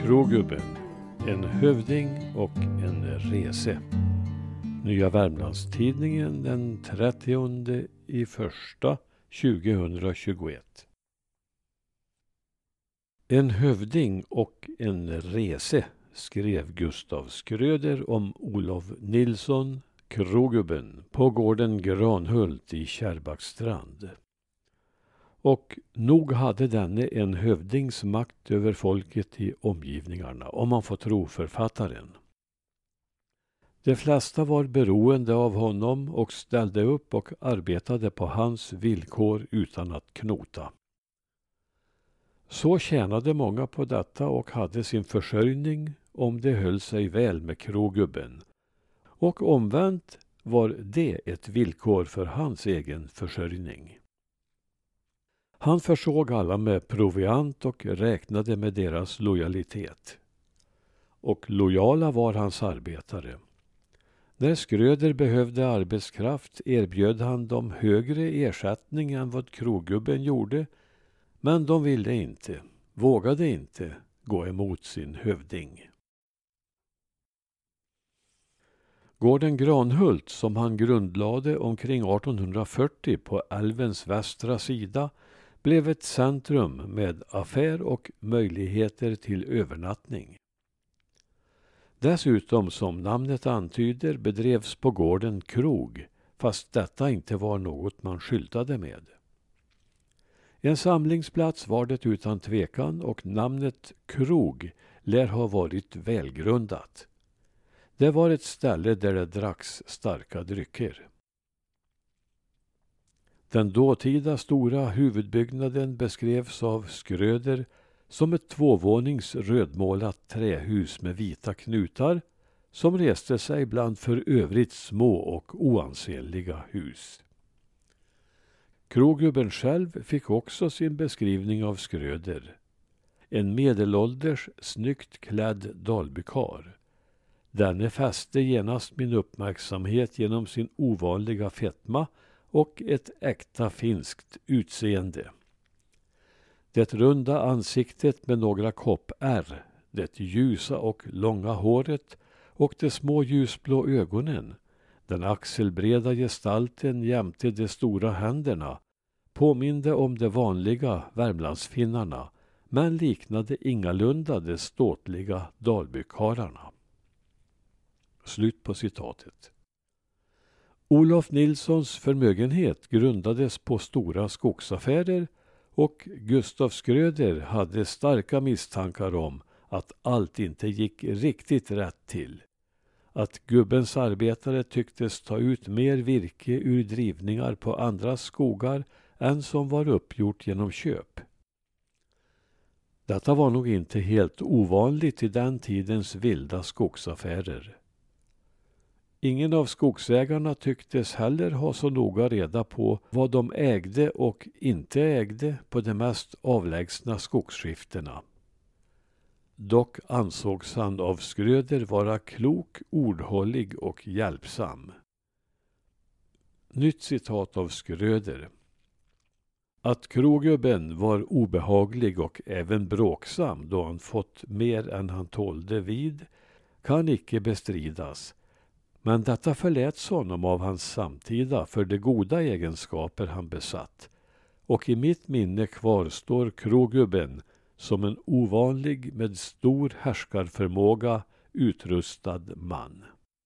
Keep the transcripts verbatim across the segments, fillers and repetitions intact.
Krogubben, en hövding och en rese. Nya Värmlandstidningen den trettionde i första tjugohundratjugoett. En hövding och en rese skrev Gustav Skröder om Olof Nilsson, Krogubben, på gården Granhult i Kärrbackstrand. Och nog hade denne en hövdings makt över folket i omgivningarna, om man får tro författaren. De flesta var beroende av honom och ställde upp och arbetade på hans villkor utan att knota. Så tjänade många på detta och hade sin försörjning om det höll sig väl med Krogubben. Och omvänt var det ett villkor för hans egen försörjning. Han försåg alla med proviant och räknade med deras lojalitet. Och lojala var hans arbetare. När Skröder behövde arbetskraft erbjöd han dem högre ersättning än vad Krogubben gjorde, men de ville inte, vågade inte gå emot sin hövding. Gården Granhult, som han grundlade omkring artonhundrafyrtio på älvens västra sida, blev ett centrum med affär och möjligheter till övernattning. Dessutom, som namnet antyder, bedrevs på gården krog, fast detta inte var något man skyltade med. En samlingsplats var det utan tvekan, och namnet krog lär ha varit välgrundat. Det var ett ställe där det dracks starka drycker. Den dåtida stora huvudbyggnaden beskrevs av Skröder som ett tvåvånings rödmålat trähus med vita knutar som reste sig bland för övrigt små och oansenliga hus. Krogubben själv fick också sin beskrivning av Skröder. En medelålders, snyggt klädd dalbykar. Denne fäste genast min uppmärksamhet genom sin ovanliga fetma och ett äkta finskt utseende. Det runda ansiktet med några koppärr, det ljusa och långa håret och de små ljusblå ögonen, den axelbreda gestalten jämte de stora händerna, påminde om de vanliga Värmlandsfinnarna, men liknade ingalunda de ståtliga dalbykarlarna. Slut på citatet. Olof Nilssons förmögenhet grundades på stora skogsaffärer, och Gustav Skröder hade starka misstankar om att allt inte gick riktigt rätt till. Att gubbens arbetare tycktes ta ut mer virke ur drivningar på andra skogar än som var uppgjort genom köp. Detta var nog inte helt ovanligt i den tidens vilda skogsaffärer. Ingen av skogsägarna tycktes heller ha så noga reda på vad de ägde och inte ägde på de mest avlägsna skogsskiftena. Dock ansågs han av Skröder vara klok, ordhållig och hjälpsam. Nytt citat av Skröder. Att Krogubben var obehaglig och även bråksam då han fått mer än han tålde vid kan icke bestridas. Men detta förläts honom av hans samtida för de goda egenskaper han besatt, och i mitt minne kvarstår Krogubben som en ovanlig med stor härskarförmåga utrustad man.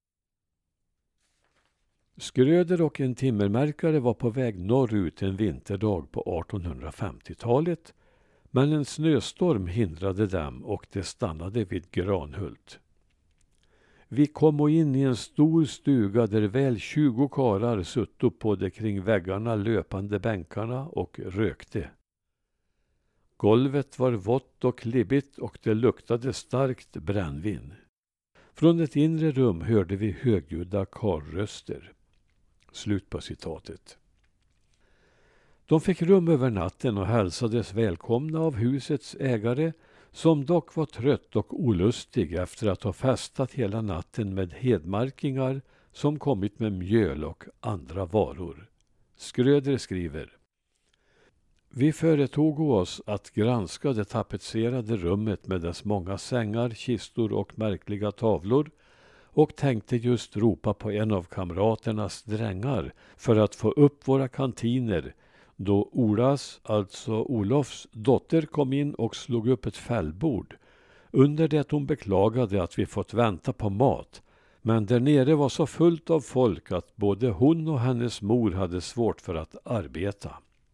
Skröder och en timmermärkare var på väg norrut en vinterdag på artonhundrafemtiotalet, men en snöstorm hindrade dem och de stannade vid Granhult. Vi kom och in i en stor stuga där väl tjugo karar sutto på de kring väggarna löpande bänkarna och rökte. Golvet var vått och klibbigt och det luktade starkt brännvin. Från ett inre rum hörde vi högljudda karröster. Slut på citatet. De fick rum över natten och hälsades välkomna av husets ägare, som dock var trött och olustig efter att ha festat hela natten med hedmarkingar som kommit med mjöl och andra varor. Skröder skriver: Vi företog oss att granska det tapetserade rummet med dess många sängar, kistor och märkliga tavlor och tänkte just ropa på en av kamraternas drängar för att få upp våra kantiner då Olas, alltså Olofs, dotter kom in och slog upp ett fällbord. Under det hon beklagade att vi fått vänta på mat, men där nere var så fullt av folk att både hon och hennes mor hade svårt för att arbeta.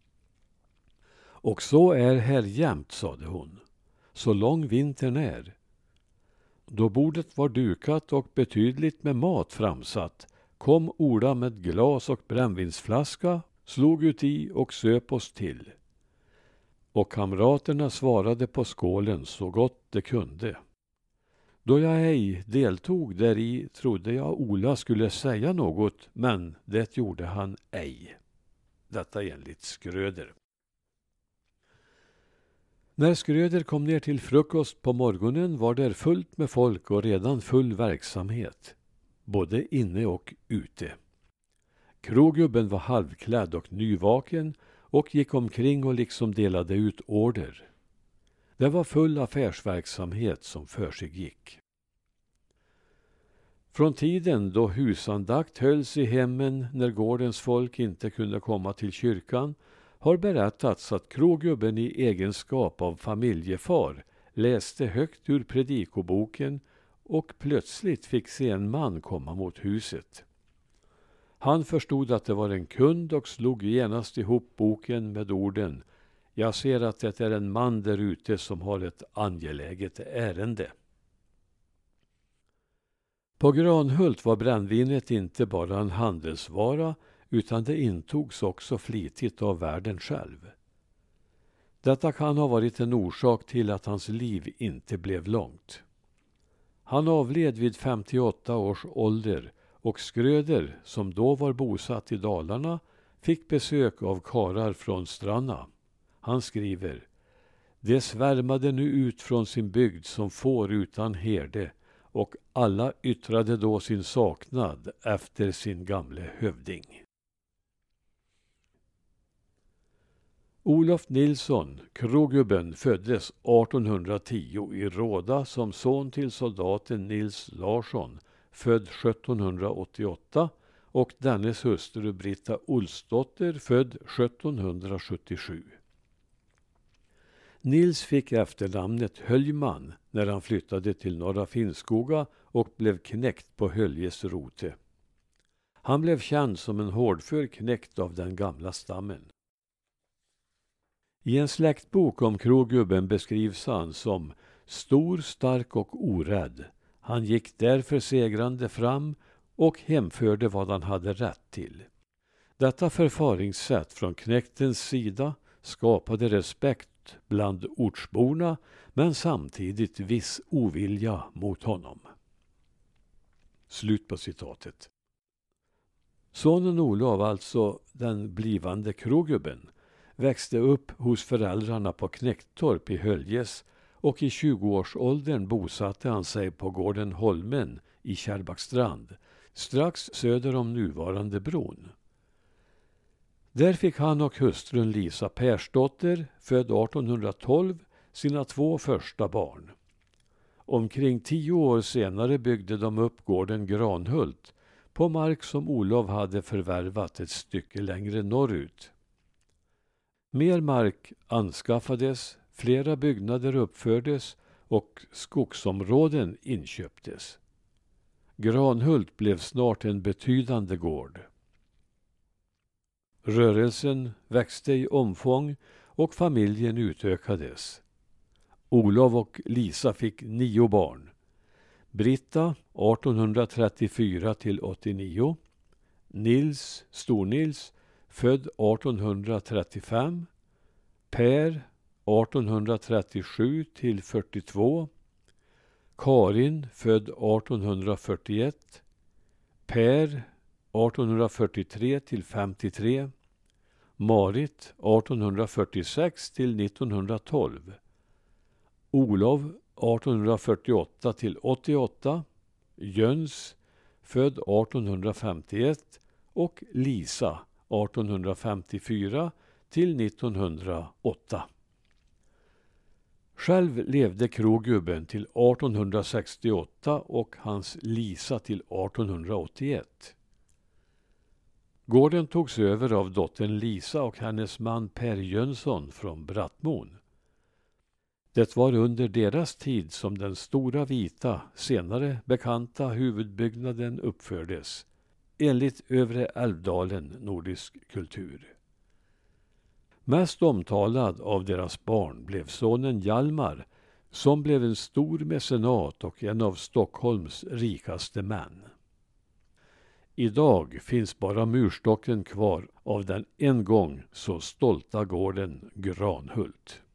Och så är här jämt, sade hon, så lång vintern är. Då bordet var dukat och betydligt med mat framsatt, kom Ola med glas och brännvinsflaska, slog ut i och söp oss till. Och kamraterna svarade på skålen så gott de kunde. Då jag ej deltog däri trodde jag Ola skulle säga något, men det gjorde han ej. Detta enligt Skröder. När Skröder kom ner till frukost på morgonen var där fullt med folk och redan full verksamhet, både inne och ute. Krogubben var halvklädd och nyvaken och gick omkring och liksom delade ut order. Det var full affärsverksamhet som för sig gick. Från tiden då husandakt hölls i hemmen när gårdens folk inte kunde komma till kyrkan har berättats att krogubben i egenskap av familjefar läste högt ur predikoboken och plötsligt fick se en man komma mot huset. Han förstod att det var en kund och slog genast ihop boken med orden: Jag ser att det är en man där ute som har ett angeläget ärende. På Granhult var brännvinet inte bara en handelsvara utan det intogs också flitigt av värden själv. Detta kan ha varit en orsak till att hans liv inte blev långt. Han avled vid femtioåtta års ålder och Skröder, som då var bosatt i Dalarna, fick besök av karar från Stranna. Han skriver: Det svärmade nu ut från sin bygd som får utan herde, och alla yttrade då sin saknad efter sin gamle hövding. Olof Nilsson, krogubben, föddes artonhundratio i Råda som son till soldaten Nils Larsson, född sjuttonhundraåttioåtta, och dennes hustru Britta Olsdotter, född sjuttonhundrasjuttiosju. Nils fick efternamnet Höljman när han flyttade till Norra Finnskoga och blev knäckt på Höljes rote. Han blev känd som en hårdför knäckt av den gamla stammen. I en släktbok om krogubben beskrivs han som stor, stark och orädd. Han gick därför segrande fram och hemförde vad han hade rätt till. Detta förfaringssätt från knäktens sida skapade respekt bland ortsborna, men samtidigt viss ovilja mot honom. Slut på citatet. Sonen Olof, alltså den blivande krogubben, växte upp hos föräldrarna på Knäcktorp i Höljes och i tjugoårsåldern bosatte han sig på gården Holmen i Kärrbackstrand, strax söder om nuvarande bron. Där fick han och hustrun Lisa Persdotter, född artonhundratolv, sina två första barn. Omkring tio år senare byggde de upp gården Granhult på mark som Olof hade förvärvat ett stycke längre norrut. Mer mark anskaffades, flera byggnader uppfördes och skogsområden inköptes. Granhult blev snart en betydande gård. Rörelsen växte i omfång och familjen utökades. Olof och Lisa fick nio barn. Britta artonhundratrettiofyra till åttionio, Nils, Stornils, född artonhundratrettiofem, Per artonhundratrettiosju till fyrtiotvå, Karin född artonhundrafyrtioett, Per artonhundrafyrtiotre till femtiotre, Marit artonhundrafyrtiosex till nittonhundratolv, Olof artonhundrafyrtioåtta till åttioåtta, Jöns född artonhundrafemtioett och Lisa artonhundrafemtiofyra till nittonhundraåtta. Själv levde Krogubben till artonhundrasextioåtta och hans Lisa till artonhundraåttioett. Gården togs över av dottern Lisa och hennes man Per Jönsson från Brattmon. Det var under deras tid som den stora vita, senare bekanta huvudbyggnaden uppfördes, enligt Övre Älvdalen nordisk kultur. Mest omtalad av deras barn blev sonen Hjalmar, som blev en stor mecenat och en av Stockholms rikaste män. Idag finns bara murstocken kvar av den en gång så stolta gården Granhult.